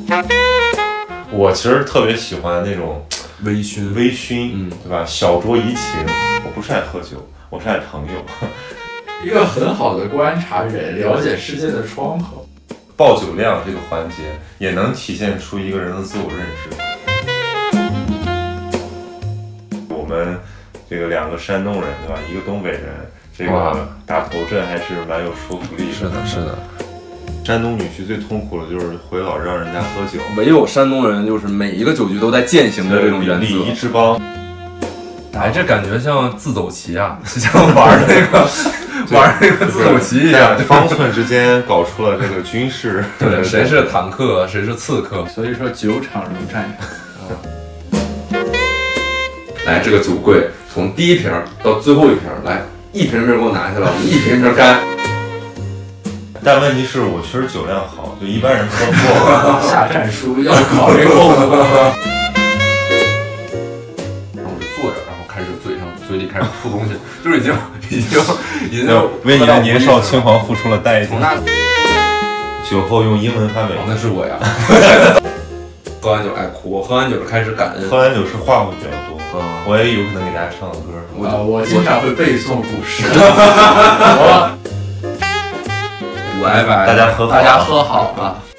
我其实特别喜欢那种微醺， 对吧？小酌怡情。我不是爱喝酒，我是爱朋友。 一个很好的观察人，了解世界的窗口。 报酒量这个环节也能体现出一个人的自我认知。我们这个2个山东人，对吧？一个东北人，这个打头阵还是蛮有说服力的。 是的。 山东女婿最痛苦的就是回老让人家喝酒， 唯有山东人就是每一个酒局都在践行着这种原则。 礼仪之邦。 哎，这感觉像自走棋啊，像玩那个自走棋一样， 在方寸之间搞出了这个军事。 对，谁是坦克，谁是刺客。 所以说酒场如战场。 来，这个酒柜从第一瓶到最后一瓶，来一瓶瓶给我拿下来，我们一瓶瓶干。 但问题是我确实酒量好，就一般人喝过了。 下战书要考虑后果。 然后我就坐着，然后开始嘴里开始吐东西，就是已经为你的年少轻狂付出了代价。 从那酒后用英文发表， 那是我呀。喝完酒爱哭，我喝完酒就开始感恩。 喝完酒是话会比较多。我也有可能给大家唱个歌。 我经常会背诵古诗。 拜拜， 大家喝好大家喝好啊。